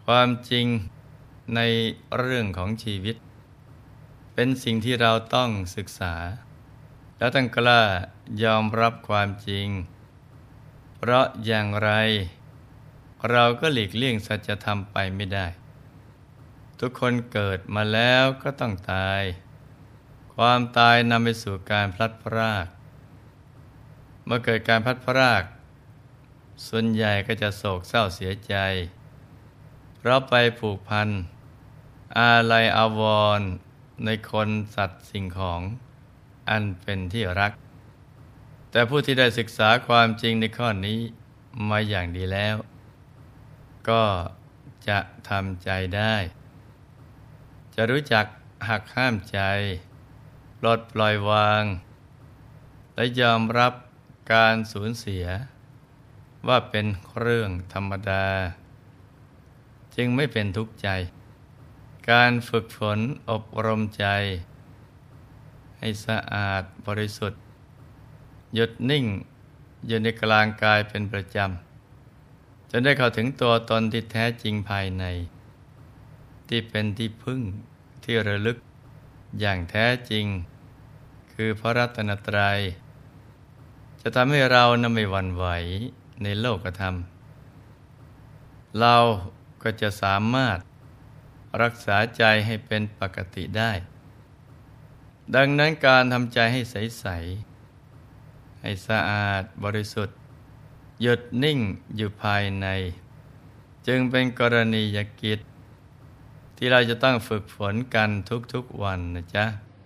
ความจริงในเรื่องของชีวิตเป็นสิ่งที่เราต้องศึกษาแล้วต้องกล้ายอมรับความจริงเพราะอย่างไรเราก็หลีกเลี่ยงสัจธรรมไปไม่ได้ทุกคนเกิดมาแล้วก็ต้องตายความตายนำไปสู่การพลัดพรากเมื่อเกิดการพลัดพรากส่วนใหญ่ก็จะโศกเศร้าเสียใจเพราะไปผูกพันอาลัยอาวรณ์ในคนสัตว์สิ่งของอันเป็นที่รักแต่ผู้ที่ได้ศึกษาความจริงในข้อนี้มาอย่างดีแล้วก็จะทำใจได้จะรู้จักหักห้ามใจปลดปล่อยวางและยอมรับการสูญเสียว่าเป็นเรื่องธรรมดาจึงไม่เป็นทุกข์ใจการฝึกฝนอบรมใจให้สะอาดบริสุทธิ์หยุดนิ่งอยู่ในกลางกายเป็นประจำจนได้เข้าถึงตัวตนที่แท้จริงภายในที่เป็นที่พึ่งที่ระลึกอย่างแท้จริงคือพระรัตนตรัยจะทำให้เราไม่หวั่นไหวในโลกธรรมเราก็จะสามารถรักษาใจให้เป็นปกติได้ดังนั้นการทำใจให้ใสๆให้สะอาดบริสุทธิ์หยุดนิ่งอยู่ภายในจึงเป็นกรณียกิจที่เราจะต้องฝึกฝนกันทุกๆวันนะจ๊ะ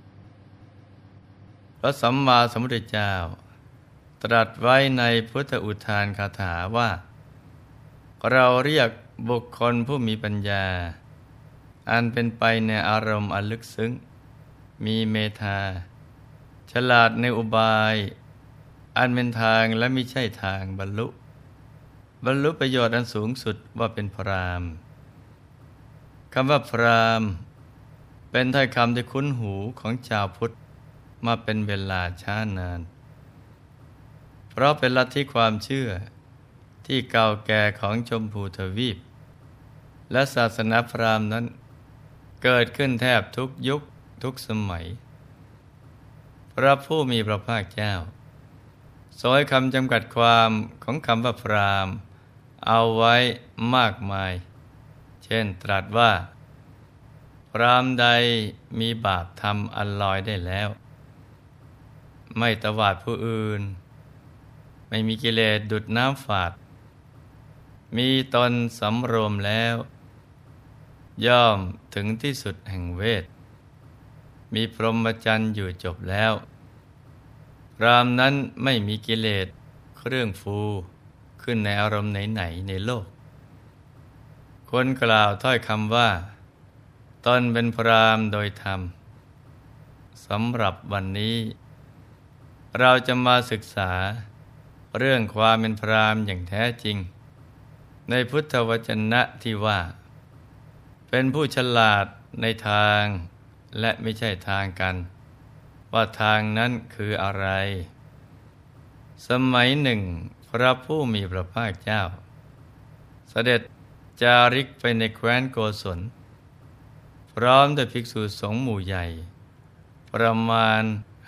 พระสัมมาสัมพุทธเจ้าตรัสไว้ในพุทธอุทานคาถาว่าเราเรียกบุคคลผู้มีปัญญาอันเป็นไปในอารมณ์อันลึกซึ้งมีเมตตาฉลาดในอุบายอันเป็นทางและไม่ใช่ทางบรรลุประโยชน์อันสูงสุดว่าเป็นพราหมณ์คำว่าพราหมณ์เป็นถ้อยคำที่คุ้นหูของชาวพุทธมาเป็นเวลาช้านานเพราะเป็นลัทธิความเชื่อที่เก่าแก่ของชมพูทวีปและศาสนาพราหมณ์นั้นเกิดขึ้นแทบทุกยุคทุกสมัยพระผู้มีพระภาคเจ้าทรงให้คำจำกัดความของคำว่าพราหมณ์เอาไว้มากมายเช่นตรัสว่าพราหมณ์ใดมีบาปทำอันลอยได้แล้วไม่ตวาดผู้อื่นไม่มีกิเลสดุจน้ำฝาดมีตนสำรวมแล้วย่อมถึงที่สุดแห่งเวทมีพรหมจรรย์อยู่จบแล้วพราหมณ์นั้นไม่มีกิเลสเครื่องฟูขึ้นในอารมณ์ไหนๆในโลกคนกล่าวถ้อยคำว่าตนเป็นพราหมณ์โดยธรรมสำหรับวันนี้เราจะมาศึกษาเรื่องความเป็นพราหมณ์อย่างแท้จริงในพุทธวจนะที่ว่าเป็นผู้ฉลาดในทางและไม่ใช่ทางกันว่าทางนั้นคืออะไรสมัยหนึ่งพระผู้มีพระภาคเจ้าเสด็จจาริกไปในแคว้นโกศลพร้อมด้วยภิกษุสงฆ์หมู่ใหญ่ประมาณ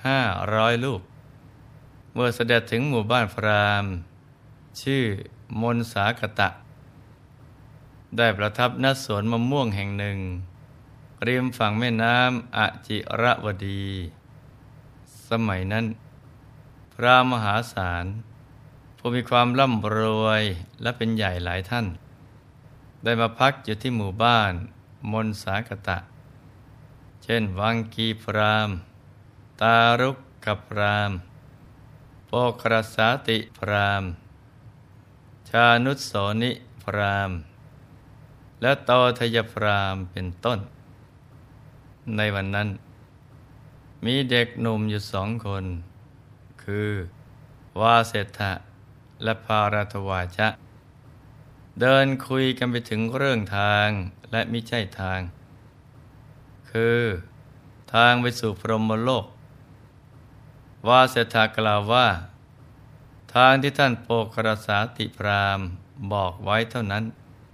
500 รูปเมื่อเสด็จถึงหมู่บ้านพราหมณ์ชื่อมนสากตะได้ประทับณสวนมะม่วงแห่งหนึ่งริมฝั่งแม่น้ำอจิรวดีสมัยนั้นพระมหาศาลผู้มีความร่ำรวยและเป็นใหญ่หลายท่านได้มาพักอยู่ที่หมู่บ้านมนสากตะเช่นวังกีพราหมณ์ตารุกขพราหมณ์โปครสาติพราหมณ์ชานุสโสนิพราหมณ์และโตทยพราหมณ์เป็นต้นในวันนั้นมีเด็กหนุ่มอยู่2 คนคือวาเสถะและภารัตวาชะเดินคุยกันไปถึงเรื่องทางและมิใช่ทางคือทางไปสู่พรหมโลกวาเสถะกล่าวว่าทางที่ท่านโปครสาติพราหมณ์บอกไว้เท่านั้น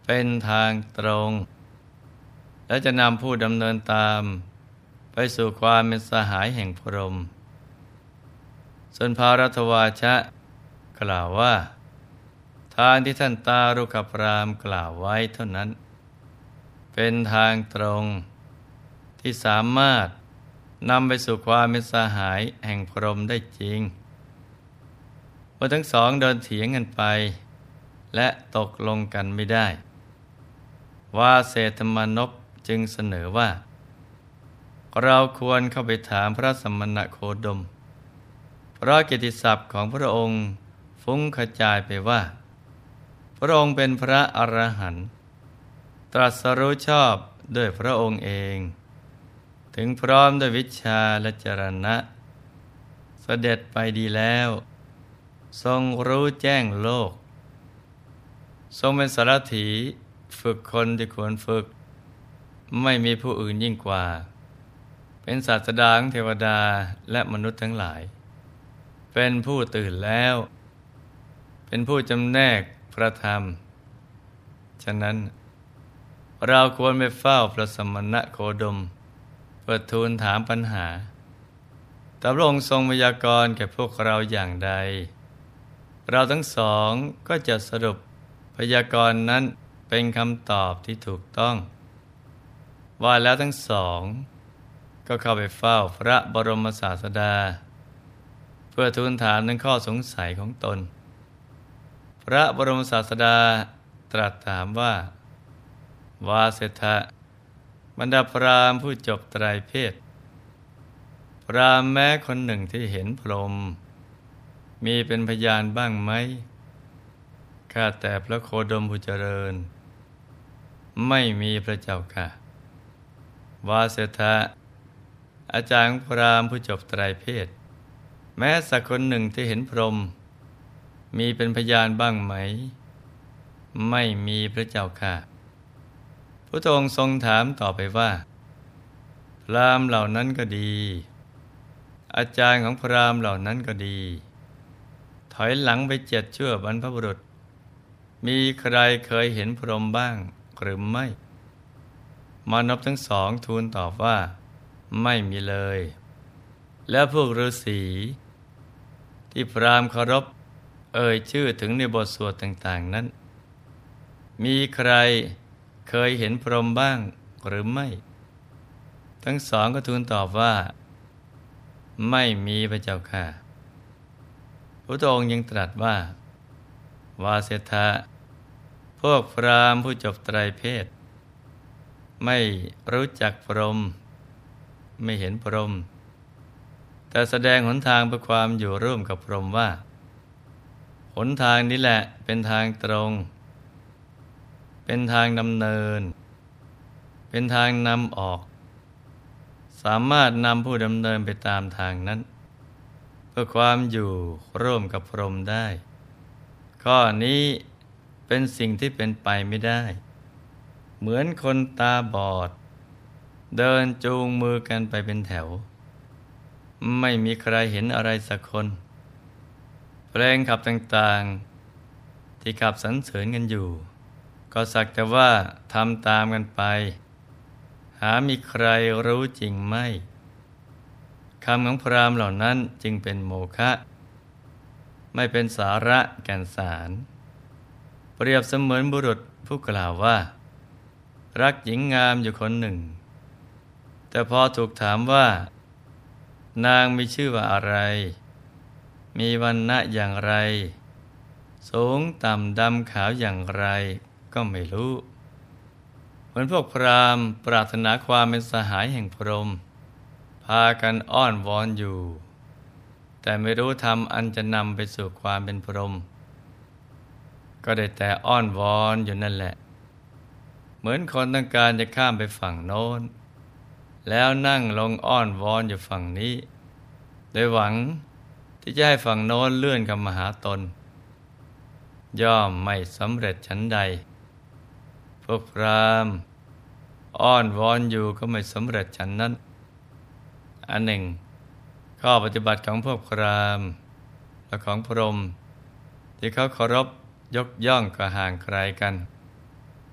เป็นทางตรง และจะนำผู้ดำเนินตามไปสู่ความเป็นสหายแห่งพรหมส่วนภารัตวาชะกล่าวว่าทางที่ท่านตารุกพรามณ์กล่าวไว้เท่านั้นเป็นทางตรงที่สามารถนำไปสู่ความเป็นสหายแห่งพรหมได้จริงเมื่อทั้งสองเดินเถียงกันไปและตกลงกันไม่ได้ว่าเศรษฐมานพจึงเสนอว่าเราควรเข้าไปถามพระสมณโคดมเพราะเกียรติศัพท์ของพระองค์ฟุ้งกระจายไปว่าพระองค์เป็นพระอรหันต์ตรัสรู้ชอบด้วยพระองค์เองถึงพร้อมด้วยวิชชาและจรณะเสด็จไปดีแล้วทรงรู้แจ้งโลกทรงเป็นสารถีฝึกคนที่ควรฝึกไม่มีผู้อื่นยิ่งกว่าเป็นศาสดาของเทวดาและมนุษย์ทั้งหลายเป็นผู้ตื่นแล้วเป็นผู้จำแนกพระธรรมฉะนั้นเราควรไปเฝ้าพระสมณโคดมเพื่อทูลถามปัญหาแต่พระองค์ทรงพยากรณ์แก่พวกเราอย่างใดเราทั้งสองก็จะสรุปพยากรณ์นั้นเป็นคำตอบที่ถูกต้องว่าแล้วทั้งสองก็เข้าไปเฝ้าพระบรมศาสดาเพื่อทูลถามถึงข้อสงสัยของตนพระบรมศาสดาตรัสถามว่าวาเสถะบรรดาพราหมณ์ผู้จบไตรเพศพราหมณ์แม้คนหนึ่งที่เห็นพรหมมีเป็นพยานบ้างไหมข้าแต่พระโคดมผู้เจริญไม่มีพระเจ้าค่ะวาเสถะอาจารย์พราหมณ์ผู้จบไตรเพศแม้สักคนหนึ่งที่เห็นพรหมมีเป็นพยานบ้างไหมไม่มีพระเจ้าค่ะพระองค์ทรงถามต่อไปว่าพราหมณ์เหล่านั้นก็ดีอาจารย์ของพราหมณ์เหล่านั้นก็ดีถอยหลังไป7 ชั่วบรรพบุรุษมีใครเคยเห็นพรหมบ้างหรือไม่มานพทั้งสองทูลตอบว่าไม่มีเลยแล้วพวกฤาษีที่พราหมณ์เคารพเอ่ยชื่อถึงในบทสวดต่างๆนั้นมีใครเคยเห็นพรหมบ้างหรือไม่ทั้งสองก็ทูลตอบว่าไม่มีพระเจ้าค่ะพระองค์ยังตรัสว่าวาเสถะพวกพราหมณ์ผู้จบไตรเพศไม่รู้จักพรหมไม่เห็นพรหมแต่แสดงหนทางเพื่อความอยู่ร่วมกับพรหมว่าหนทางนี้แหละเป็นทางตรงเป็นทางดำเนินเป็นทางนำออกสามารถนำผู้ดำเนินไปตามทางนั้นเพื่อความอยู่ร่วมกับพรหมได้ข้อนี้เป็นสิ่งที่เป็นไปไม่ได้เหมือนคนตาบอดเดินจูงมือกันไปเป็นแถวไม่มีใครเห็นอะไรสักคนเพลงขับต่างๆที่ขับสรรเสริญกันอยู่ก็สักแต่ว่าทำตามกันไปหามีใครรู้จริงไม่คำของพราหมณ์เหล่านั้นจึงเป็นโมฆะไม่เป็นสาระแก่นสารเปรียบเสมือนบุรุษผู้กล่าวว่ารักหญิงงามอยู่คนหนึ่งแต่พอถูกถามว่านางมีชื่อว่าอะไรมีวรรณะอย่างไรสูงต่ำดำขาวอย่างไรก็ไม่รู้เหมือนพวกพราหมณ์ปรารถนาความเป็นสหายแห่งพรหมพากันอ้อนวอนอยู่แต่ไม่รู้ธรรมอันจะนำไปสู่ความเป็นพรหมก็ได้แต่อ้อนวอนอยู่นั่นแหละเหมือนคนต้องการจะข้ามไปฝั่งโน้นแล้วนั่งลงอ้อนวอนอยู่ฝั่งนี้โดยหวังที่จะให้ฝั่งโน้นเลื่อนกลับมาหาตนย่อมไม่สำเร็จฉันใดพวกพราหมณ์อ้อนวอนอยู่ก็ไม่สำเร็จฉันนั้นอันหนึ่งข้อปฏิบัติของพวกพราหมณ์และของพรหมที่เขาเคารพยกย่องก็ห่างไกลกัน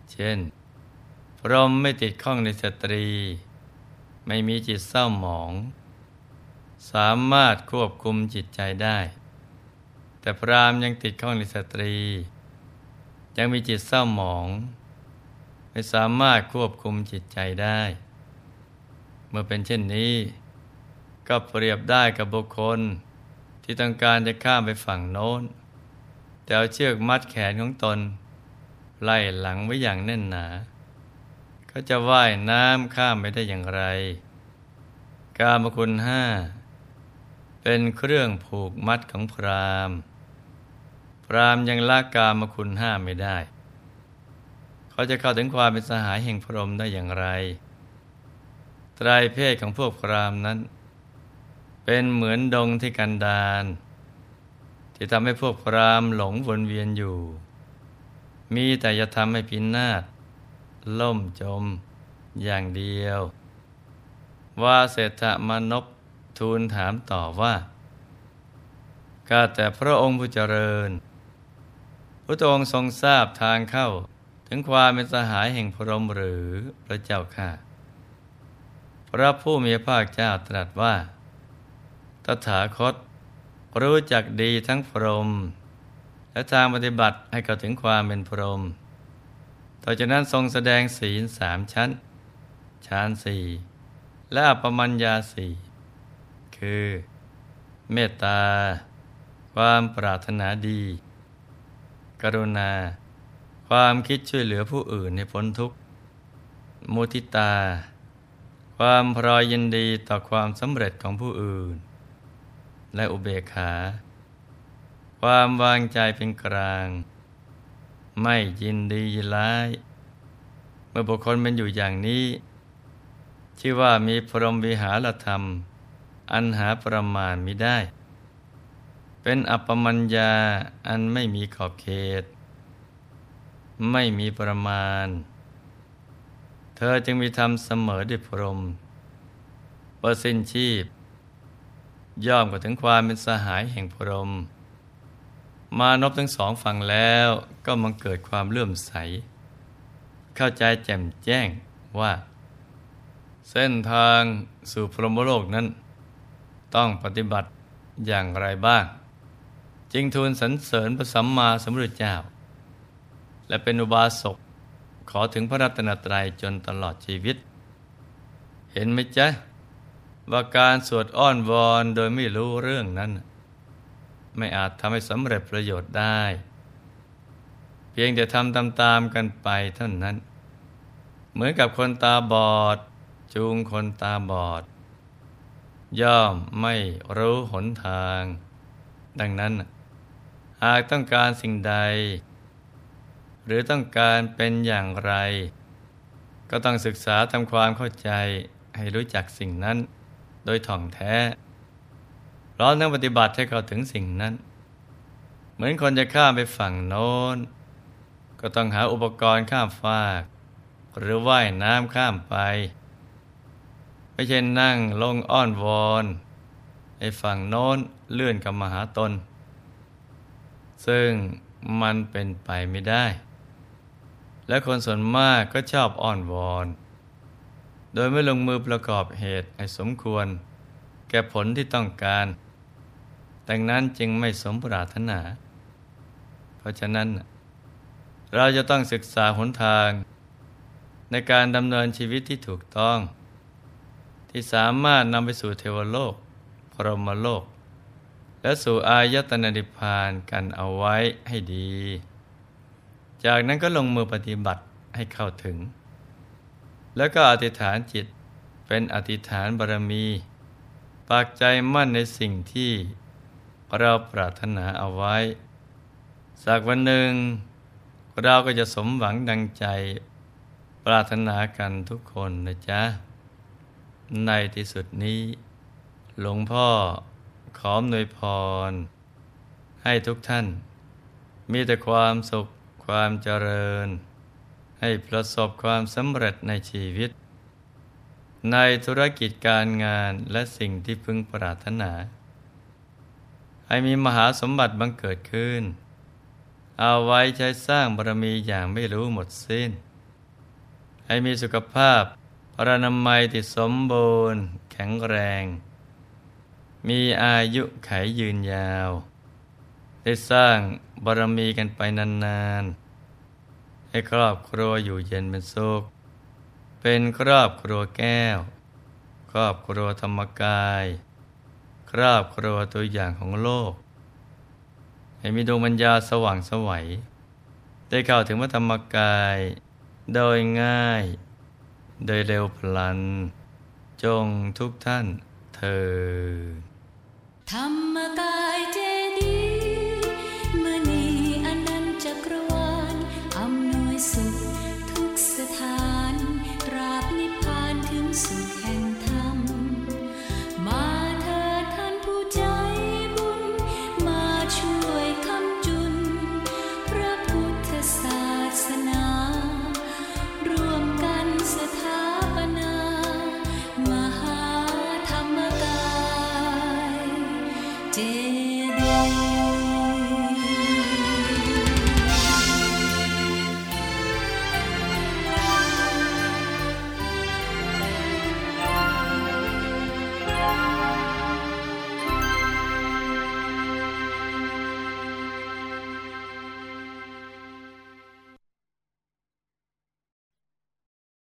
เช่นพรหมไม่ติดข้องในสตรี ไม่มีจิตเศร้าหมอง สามารถควบคุมจิตใจได้ แต่พราหมณ์ยังติดข้องในสตรี ยังมีจิตเศร้าหมอง ไม่สามารถควบคุมจิตใจได้ เมื่อเป็นเช่นนี้ก็เปรียบได้กับบุคคลที่ต้องการจะข้ามไปฝั่งโน้น แต่เอาเชือกมัดแขนของตนไล่หลังไว้อย่างแน่นหนาเขาจะว่ายน้ำข้ามไปได้อย่างไร กามคุณห้าเป็นเครื่องผูกมัดของพราหมณ์ พราหมณ์ยังละกามคุณห้าไม่ได้เขาจะเข้าถึงความเป็นสหายแห่งพรหมได้อย่างไรไตรเพศของพวกพราหมณ์นั้นเป็นเหมือนดงที่กันดารที่ทำให้พวกพราหมณ์หลงวนเวียนอยู่มีแต่จะทำให้พินาศล่มจมอย่างเดียวว่าเศรษฐมานพทูลถามต่อว่าข้าแต่พระองค์ผู้เจริญพระองค์ทรงทราบทางเข้าถึงความเป็นสหายแห่งพรหมหรือพระเจ้าข้าพระผู้มีพระภาคเจ้าตรัสว่าตถาคตรู้จักดีทั้งพรหมและทางปฏิบัติให้เข้าถึงความเป็นพรหมต่อจากนั้นทรงแสดงศีล3 ชั้นฌาน4และอัปปมัญญา4คือเมตตาความปรารถนาดีกรุณาความคิดช่วยเหลือผู้อื่นให้พ้นทุกข์มุทิตาความพรอยยินดีต่อความสำเร็จของผู้อื่นและอุเบกขาความวางใจเป็นกลางไม่ยินดียินร้ายเมื่อบุคคลเป็นอยู่อย่างนี้ชื่อว่ามีพรหมวิหารธรรมอันหาประมาณมิได้เป็นอัปปมัญญาอันไม่มีขอบเขตไม่มีประมาณเธอจึงมีธรรมเสมอด้วยพรหมเพื่อสิ้นชีพย่อมก็ถึงความเป็นสหายแห่งพรหมมานพทั้งสองฟังแล้วก็บังเกิดความเลื่อมใสเข้าใจแจ่มแจ้งว่าเส้นทางสู่พรหมโลกนั้นต้องปฏิบัติอย่างไรบ้างจึงทูลสรรเสริญพระสัมมาสัมพุทธเจ้าและเป็นอุบาสกขอถึงพระรัตนตรัยจนตลอดชีวิตเห็นไหมจ๊ะว่าการสวดอ้อนวอนโดยไม่รู้เรื่องนั้นไม่อาจทำให้สำเร็จประโยชน์ได้เพียงแต่ทำตามๆกันไปเท่านั้นเหมือนกับคนตาบอดจูงคนตาบอดย่อมไม่รู้หนทางดังนั้นหากต้องการสิ่งใดหรือต้องการเป็นอย่างไรก็ต้องศึกษาทำความเข้าใจให้รู้จักสิ่งนั้นโดยถ่องแท้พร้อมทั้งปฏิบัติให้เข้าถึงสิ่งนั้นเหมือนคนจะข้ามไปฝั่งโน้นก็ต้องหาอุปกรณ์ข้ามฟากหรือว่ายน้ำข้ามไปไม่ใช่นั่งลงอ้อนวอนให้ฝั่งโน้นเลื่อนกลับมาหาตนซึ่งมันเป็นไปไม่ได้และคนส่วนมากก็ชอบอ้อนวอนโดยไม่ลงมือประกอบเหตุให้สมควรแก่ผลที่ต้องการดังนั้นจึงไม่สมปรารถนาเพราะฉะนั้นเราจะต้องศึกษาหนทางในการดำเนินชีวิตที่ถูกต้องที่สามารถนำไปสู่เทวโลกพรหมโลกและสู่อายตนะนิพพานกันเอาไว้ให้ดีจากนั้นก็ลงมือปฏิบัติให้เข้าถึงแล้วก็อธิษฐานจิตเป็นอธิษฐานบารมีปักใจมั่นในสิ่งที่เราปรารถนาเอาไว้สักวันหนึ่งเราก็จะสมหวังดังใจปรารถนากันทุกคนนะจ๊ะในที่สุดนี้หลวงพ่อขออำนวยพรให้ทุกท่านมีแต่ความสุขความเจริญให้ประสบความสำเร็จในชีวิตในธุรกิจการงานและสิ่งที่พึงปรารถนาให้มีมหาสมบัติบังเกิดขึ้นเอาไว้ใช้สร้างบารมีอย่างไม่รู้หมดสิ้นให้มีสุขภาพพรรณนามัยที่สมบูรณ์แข็งแรง มีอายุขัยยืนยาวได้สร้างบารมีกันไปนานๆให้ครอบครัวอยู่เย็นเป็นสุขเป็นครอบครัวแก้วครอบครัวธรรมกายครอบครัวตัวอย่างของโลกให้มีดวงปัญญาสว่างไสวได้เข้าถึงพระธรรมกายโดยง่ายโดยเร็วพลันจงทุกท่านเถิดธรรมกายเจ